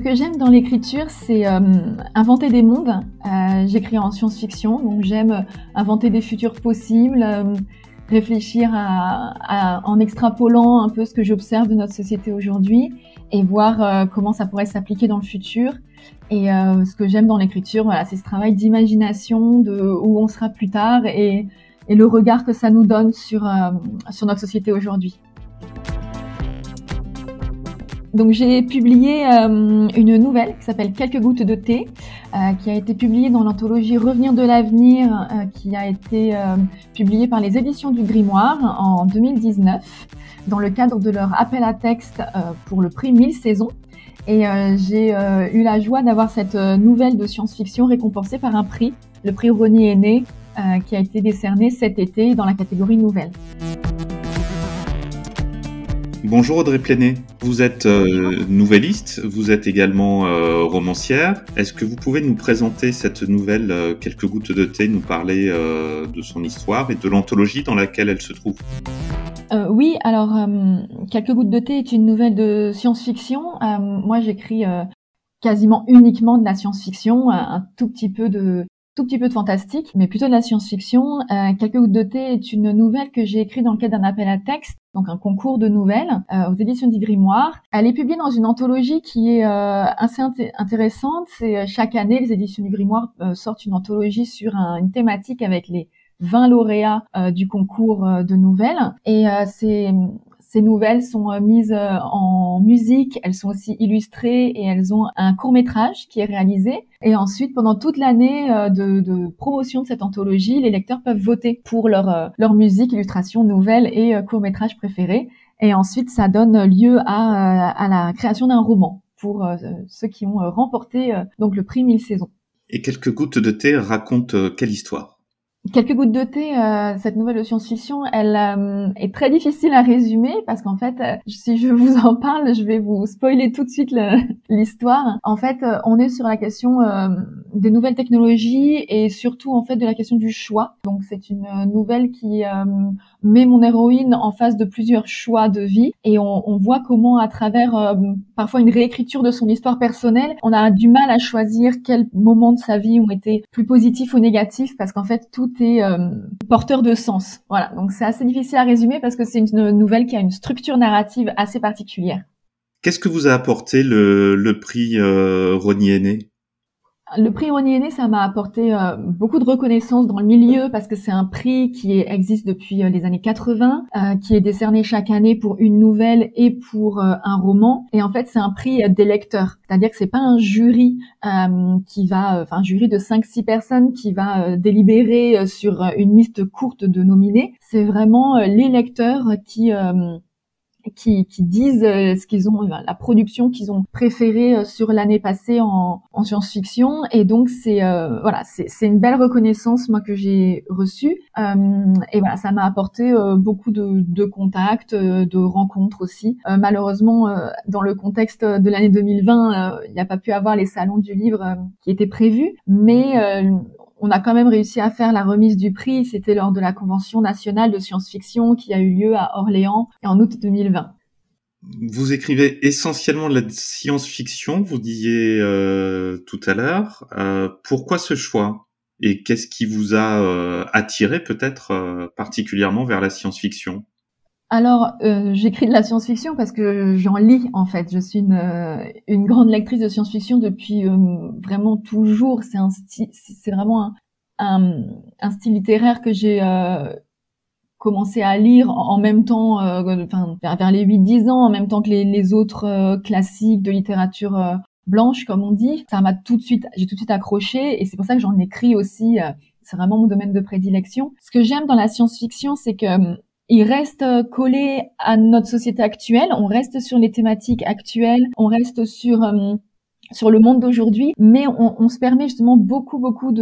que j'aime dans l'écriture, c'est inventer des mondes. J'écris en science-fiction, donc j'aime inventer des futurs possibles, réfléchir en extrapolant un peu ce que j'observe de notre société aujourd'hui et voir comment ça pourrait s'appliquer dans le futur. Et ce que j'aime dans l'écriture, voilà, c'est ce travail d'imagination de où on sera plus tard et le regard que ça nous donne sur notre société aujourd'hui. Donc j'ai publié une nouvelle qui s'appelle Quelques gouttes de thé, qui a été publiée dans l'anthologie Revenir de l'avenir, qui a été publiée par les éditions du Grimoire en 2019, dans le cadre de leur appel à texte pour le prix 1000 saisons. Et j'ai eu la joie d'avoir cette nouvelle de science-fiction récompensée par un prix, le prix Rosny Aîné, qui a été décerné cet été dans la catégorie nouvelle. Bonjour Audrey Pléné, vous êtes nouvelliste, vous êtes également romancière. Est-ce que vous pouvez nous présenter cette nouvelle Quelques gouttes de thé, nous parler de son histoire et de l'anthologie dans laquelle elle se trouve ? Oui, alors Quelques gouttes de thé est une nouvelle de science-fiction. Moi j'écris quasiment uniquement de la science-fiction, un tout petit peu de fantastique, mais plutôt de la science-fiction. Quelques gouttes de thé est une nouvelle que j'ai écrite dans le cadre d'un appel à texte, donc un concours de nouvelles aux éditions du Grimoire. Elle est publiée dans une anthologie qui est assez intéressante. C'est chaque année, les éditions du Grimoire sortent une anthologie sur une thématique avec les 20 lauréats du concours de nouvelles. Et ces nouvelles sont mises en musique, elles sont aussi illustrées et elles ont un court-métrage qui est réalisé. Et ensuite, pendant toute l'année de promotion de cette anthologie, les lecteurs peuvent voter pour leur musique, illustration, nouvelles et court-métrage préférés. Et ensuite, ça donne lieu à la création d'un roman pour ceux qui ont remporté donc le prix 1000 saisons. Et Quelques gouttes de thé raconte quelle histoire ? Quelques gouttes de thé, cette nouvelle de science-fiction, elle est très difficile à résumer parce qu'en fait, si je vous en parle, je vais vous spoiler tout de suite l'histoire. En fait, on est sur la question des nouvelles technologies et surtout en fait de la question du choix. Donc c'est une nouvelle qui met mon héroïne en face de plusieurs choix de vie et on voit comment à travers parfois une réécriture de son histoire personnelle, on a du mal à choisir quels moments de sa vie ont été plus positifs ou négatifs parce qu'en fait tout est porteur de sens. Voilà, donc c'est assez difficile à résumer parce que c'est une nouvelle qui a une structure narrative assez particulière. Qu'est-ce que vous a apporté le prix Rosny Aîné ? Le prix Rosny Aîné, ça m'a apporté beaucoup de reconnaissance dans le milieu parce que c'est un prix qui existe depuis les années 80, qui est décerné chaque année pour une nouvelle et pour un roman. Et en fait, c'est un prix des lecteurs. C'est-à-dire que c'est pas un jury un jury de 5-6 personnes qui va délibérer sur une liste courte de nominés. C'est vraiment les lecteurs qui disent ce qu'ils ont, la production qu'ils ont préférée sur l'année passée en science-fiction. Et donc c'est une belle reconnaissance moi que j'ai reçue. Et voilà, ça m'a apporté beaucoup de contacts, de rencontres aussi. Malheureusement, dans le contexte de l'année 2020, il n'y a pas pu avoir les salons du livre qui étaient prévus, mais on a quand même réussi à faire la remise du prix. C'était lors de la Convention nationale de science-fiction qui a eu lieu à Orléans en août 2020. Vous écrivez essentiellement de la science-fiction, vous disiez tout à l'heure. Pourquoi ce choix ? Et qu'est-ce qui vous a attiré peut-être particulièrement vers la science-fiction ? Alors, j'écris de la science-fiction parce que j'en lis, en fait. Je suis une grande lectrice de science-fiction depuis vraiment toujours. C'est vraiment un style littéraire que j'ai commencé à lire en même temps, vers les 8-10 ans, en même temps que les autres classiques de littérature blanche, comme on dit. J'ai tout de suite accroché et c'est pour ça que j'en écris aussi. C'est vraiment mon domaine de prédilection. Ce que j'aime dans la science-fiction, c'est que il reste collé à notre société actuelle, on reste sur les thématiques actuelles, on reste sur le monde d'aujourd'hui, mais on se permet justement beaucoup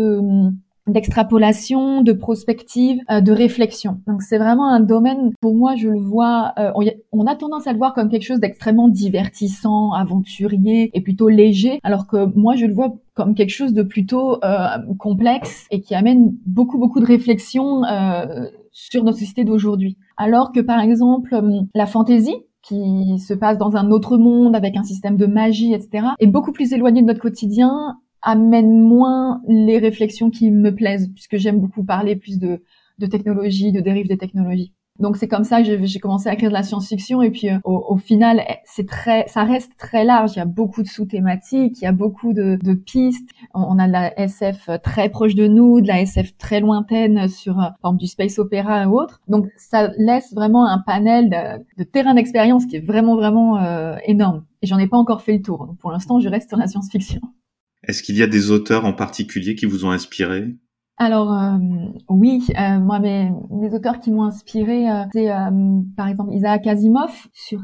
d'extrapolation, de prospective, de réflexion. Donc c'est vraiment un domaine, pour moi je le vois, on a tendance à le voir comme quelque chose d'extrêmement divertissant, aventurier et plutôt léger, alors que moi je le vois comme quelque chose de plutôt complexe et qui amène beaucoup de réflexion sur notre société d'aujourd'hui. Alors que par exemple la fantasy, qui se passe dans un autre monde avec un système de magie, etc., est beaucoup plus éloigné de notre quotidien, amène moins les réflexions qui me plaisent, puisque j'aime beaucoup parler plus de technologie, de dérives des technologies. Donc c'est comme ça que j'ai commencé à écrire de la science-fiction, et puis au final ça reste très large. Il y a beaucoup de sous-thématiques, il y a beaucoup de pistes. On a de la SF très proche de nous, de la SF très lointaine sur par exemple du space opéra ou autre. Donc ça laisse vraiment un panel de terrain d'expérience qui est vraiment énorme. Et j'en ai pas encore fait le tour. Donc pour l'instant, je reste sur la science-fiction. Est-ce qu'il y a des auteurs en particulier qui vous ont inspiré? Alors oui, moi mes auteurs qui m'ont inspiré, c'est par exemple Isaac Asimov sur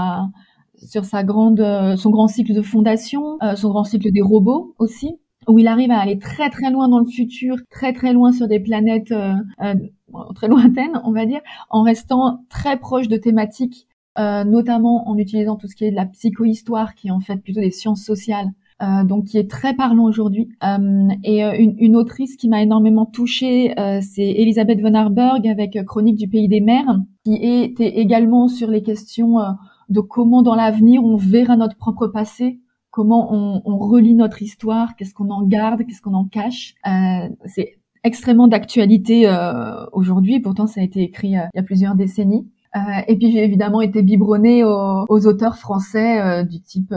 son grand cycle de fondation, son grand cycle des robots aussi, où il arrive à aller très très loin dans le futur, très très loin sur des planètes très lointaines, on va dire, en restant très proche de thématiques, notamment en utilisant tout ce qui est de la psychohistoire, qui est en fait plutôt des sciences sociales. Donc qui est très parlant aujourd'hui. Et une autrice qui m'a énormément touchée, c'est Elisabeth von Arburg avec Chronique du pays des mers, qui était également sur les questions de comment dans l'avenir on verra notre propre passé, comment on relie notre histoire, qu'est-ce qu'on en garde, qu'est-ce qu'on en cache. C'est extrêmement d'actualité aujourd'hui, pourtant ça a été écrit il y a plusieurs décennies. Et puis j'ai évidemment été biberonnée aux auteurs français du type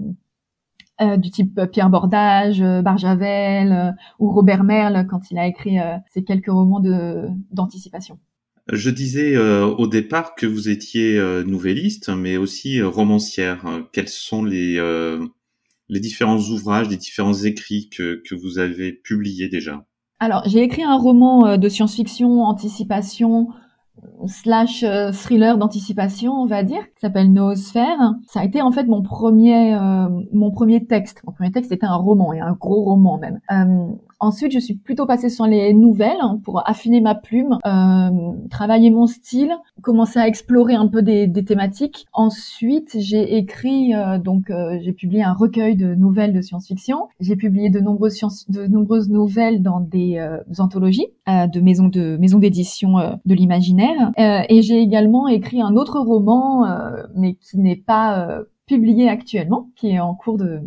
Pierre Bordage, Barjavel ou Robert Merle quand il a écrit ses quelques romans d'anticipation. Je disais au départ que vous étiez nouvelliste, mais aussi romancière. Quels sont les différents ouvrages, les différents écrits que vous avez publiés déjà? Alors, j'ai écrit un roman de science-fiction, anticipation, / thriller d'anticipation, on va dire, qui s'appelle Noosphère. Ça a été en fait mon premier texte. Mon premier texte était un roman, et un gros roman même. Ensuite, je suis plutôt passée sur les nouvelles pour affiner ma plume, travailler mon style, commencer à explorer un peu des thématiques. Ensuite, j'ai écrit j'ai publié un recueil de nouvelles de science-fiction. J'ai publié de nombreuses nouvelles dans des anthologies de maisons d'édition de l'imaginaire. Et j'ai également écrit un autre roman, mais qui n'est pas publié actuellement, qui est en cours de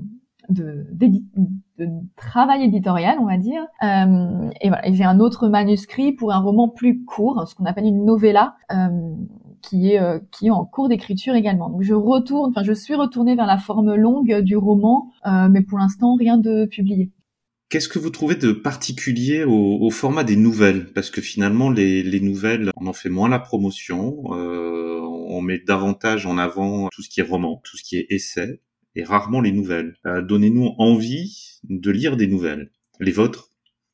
travail éditorial, on va dire. Et voilà. Et j'ai un autre manuscrit pour un roman plus court, ce qu'on appelle une novella, qui est en cours d'écriture également. Donc je suis retournée vers la forme longue du roman, mais pour l'instant rien de publié. Qu'est-ce que vous trouvez de particulier au format des nouvelles? Parce que finalement, les nouvelles, on en fait moins la promotion, on met davantage en avant tout ce qui est roman, tout ce qui est essai, et rarement les nouvelles. Donnez-nous envie de lire des nouvelles. Les vôtres?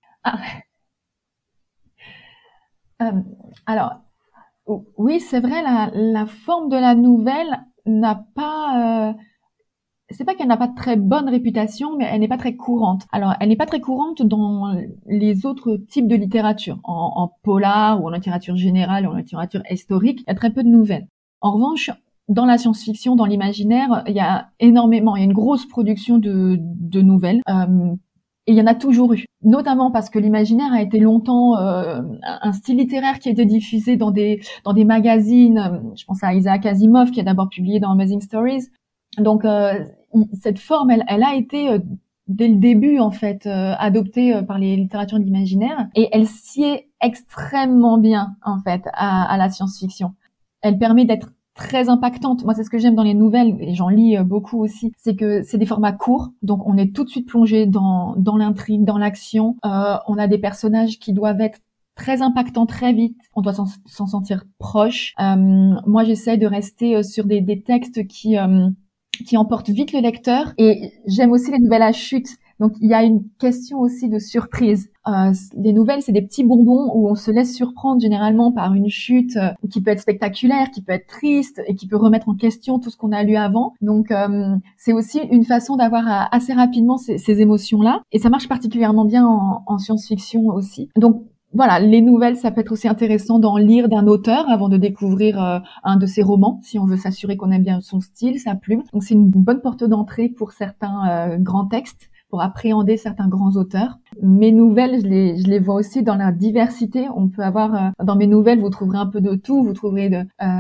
Alors, oui, c'est vrai, la forme de la nouvelle n'a pas... c'est pas qu'elle n'a pas de très bonne réputation, mais elle n'est pas très courante. Alors, elle n'est pas très courante dans les autres types de littérature. En polar, ou en littérature générale, ou en littérature historique, il y a très peu de nouvelles. En revanche, dans la science-fiction, dans l'imaginaire, il y a une grosse production de nouvelles. Et il y en a toujours eu, notamment parce que l'imaginaire a été longtemps un style littéraire qui a été diffusé dans des magazines. Je pense à Isaac Asimov, qui a d'abord publié dans Amazing Stories. Donc cette forme, elle a été dès le début en fait adoptée par les littératures de l'imaginaire, et elle sied extrêmement bien en fait à la science-fiction. Elle permet d'être très impactante. Moi, c'est ce que j'aime dans les nouvelles, et j'en lis beaucoup aussi, c'est que c'est des formats courts, donc on est tout de suite plongé dans l'intrigue, dans l'action. On a des personnages qui doivent être très impactants très vite, on doit s'en sentir proche. Moi, j'essaie de rester sur des textes qui emportent vite le lecteur, et j'aime aussi les nouvelles à chute. Donc il y a une question aussi de surprise. Les nouvelles, c'est des petits bonbons où on se laisse surprendre généralement par une chute qui peut être spectaculaire, qui peut être triste, et qui peut remettre en question tout ce qu'on a lu avant. Donc c'est aussi une façon d'avoir assez rapidement ces émotions-là, et ça marche particulièrement bien en science-fiction aussi. Donc voilà, les nouvelles, ça peut être aussi intéressant d'en lire d'un auteur avant de découvrir un de ses romans, si on veut s'assurer qu'on aime bien son style, sa plume. Donc c'est une bonne porte d'entrée pour certains grands textes, pour appréhender certains grands auteurs. Mes nouvelles, je les vois aussi dans la diversité. On peut avoir dans mes nouvelles, vous trouverez un peu de tout. Vous trouverez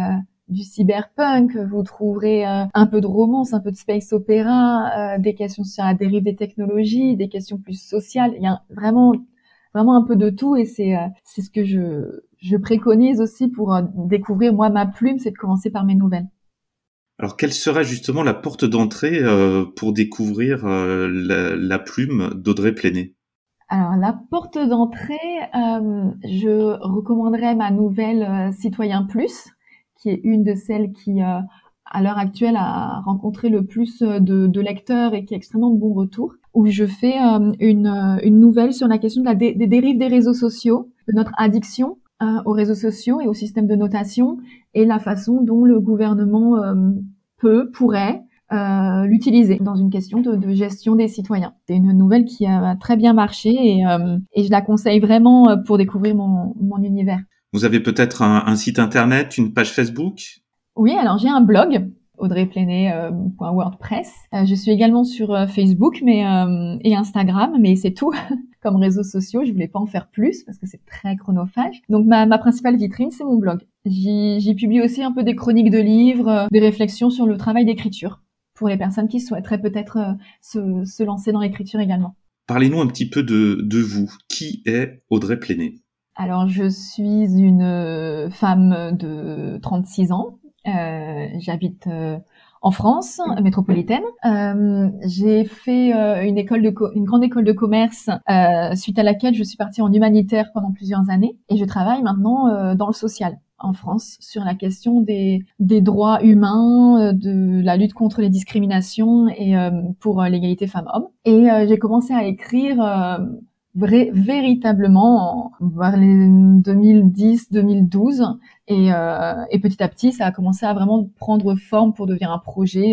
du cyberpunk, vous trouverez un peu de romance, un peu de space opéra, des questions sur la dérive des technologies, des questions plus sociales. Il y a vraiment un peu de tout, et c'est ce que je préconise aussi pour découvrir moi ma plume, c'est de commencer par mes nouvelles. Alors, quelle serait justement la porte d'entrée pour découvrir la plume d'Audrey Plenay? Alors la porte d'entrée, je recommanderais ma nouvelle Citoyen Plus, qui est une de celles qui à l'heure actuelle a rencontré le plus de lecteurs et qui a extrêmement de bons retours, où je fais une nouvelle sur la question de des dérives des réseaux sociaux, de notre addiction aux réseaux sociaux et au système de notation, et la façon dont le gouvernement pourrait l'utiliser dans une question de gestion des citoyens. C'est une nouvelle qui a très bien marché, et je la conseille vraiment pour découvrir mon univers. Vous avez peut-être un site internet, une page Facebook? Oui, alors j'ai un blog, audreyplenay.wordpress. Je suis également sur Facebook et Instagram, mais c'est tout. Comme réseaux sociaux, je voulais pas en faire plus parce que c'est très chronophage. Donc ma principale vitrine, c'est mon blog. J'y publie aussi un peu des chroniques de livres, des réflexions sur le travail d'écriture, pour les personnes qui souhaiteraient peut-être se lancer dans l'écriture également. Parlez-nous un petit peu de vous. Qui est Audrey Plenay? Alors, je suis une femme de 36 ans. J'habite en France métropolitaine. J'ai fait une grande école de commerce, suite à laquelle je suis partie en humanitaire pendant plusieurs années, et je travaille maintenant dans le social en France sur la question des droits humains, de la lutte contre les discriminations et pour l'égalité femmes-hommes. Et j'ai commencé à écrire véritablement vers les 2010-2012, et petit à petit ça a commencé à vraiment prendre forme pour devenir un projet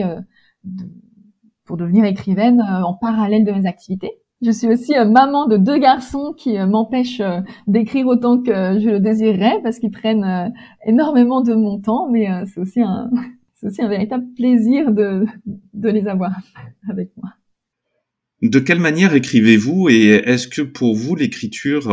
pour devenir écrivaine en parallèle de mes activités. Je suis aussi maman de 2 garçons qui m'empêchent d'écrire autant que je le désirerais parce qu'ils prennent énormément de mon temps, mais c'est aussi un véritable plaisir de les avoir avec moi. De quelle manière écrivez-vous, et est-ce que pour vous l'écriture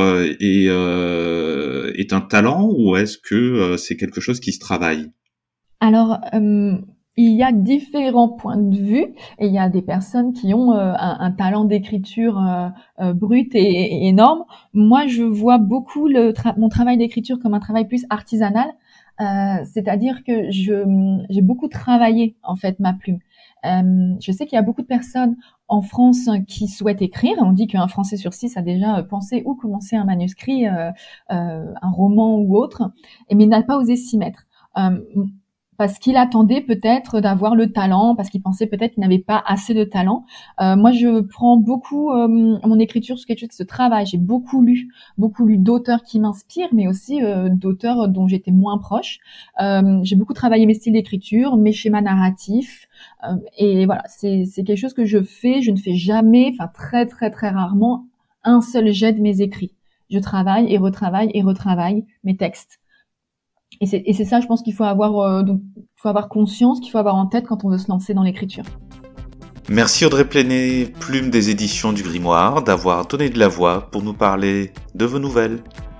est un talent, ou est-ce que c'est quelque chose qui se travaille? Alors, il y a différents points de vue, et il y a des personnes qui ont un talent d'écriture brut et énorme. Moi, je vois beaucoup mon travail d'écriture comme un travail plus artisanal, c'est-à-dire que j'ai beaucoup travaillé en fait ma plume. Je sais qu'il y a beaucoup de personnes en France qui souhaitent écrire. On dit qu'un Français sur 6 a déjà pensé ou commencé un manuscrit, un roman ou autre, mais il n'a pas osé s'y mettre. Parce qu'il attendait peut-être d'avoir le talent, parce qu'il pensait peut-être qu'il n'avait pas assez de talent. Moi, je prends beaucoup mon écriture sur quelque chose qui se travaille. J'ai beaucoup lu d'auteurs qui m'inspirent, mais aussi d'auteurs dont j'étais moins proche. J'ai beaucoup travaillé mes styles d'écriture, mes schémas narratifs, et voilà, c'est quelque chose que je fais. Je ne fais jamais, enfin très très très rarement, un seul jet de mes écrits. Je travaille et retravaille mes textes. Et c'est ça, je pense qu'il faut avoir, faut avoir conscience, qu'il faut avoir en tête quand on veut se lancer dans l'écriture. Merci Audrey Plenay, plume des éditions du Grimoire, d'avoir donné de la voix pour nous parler de vos nouvelles.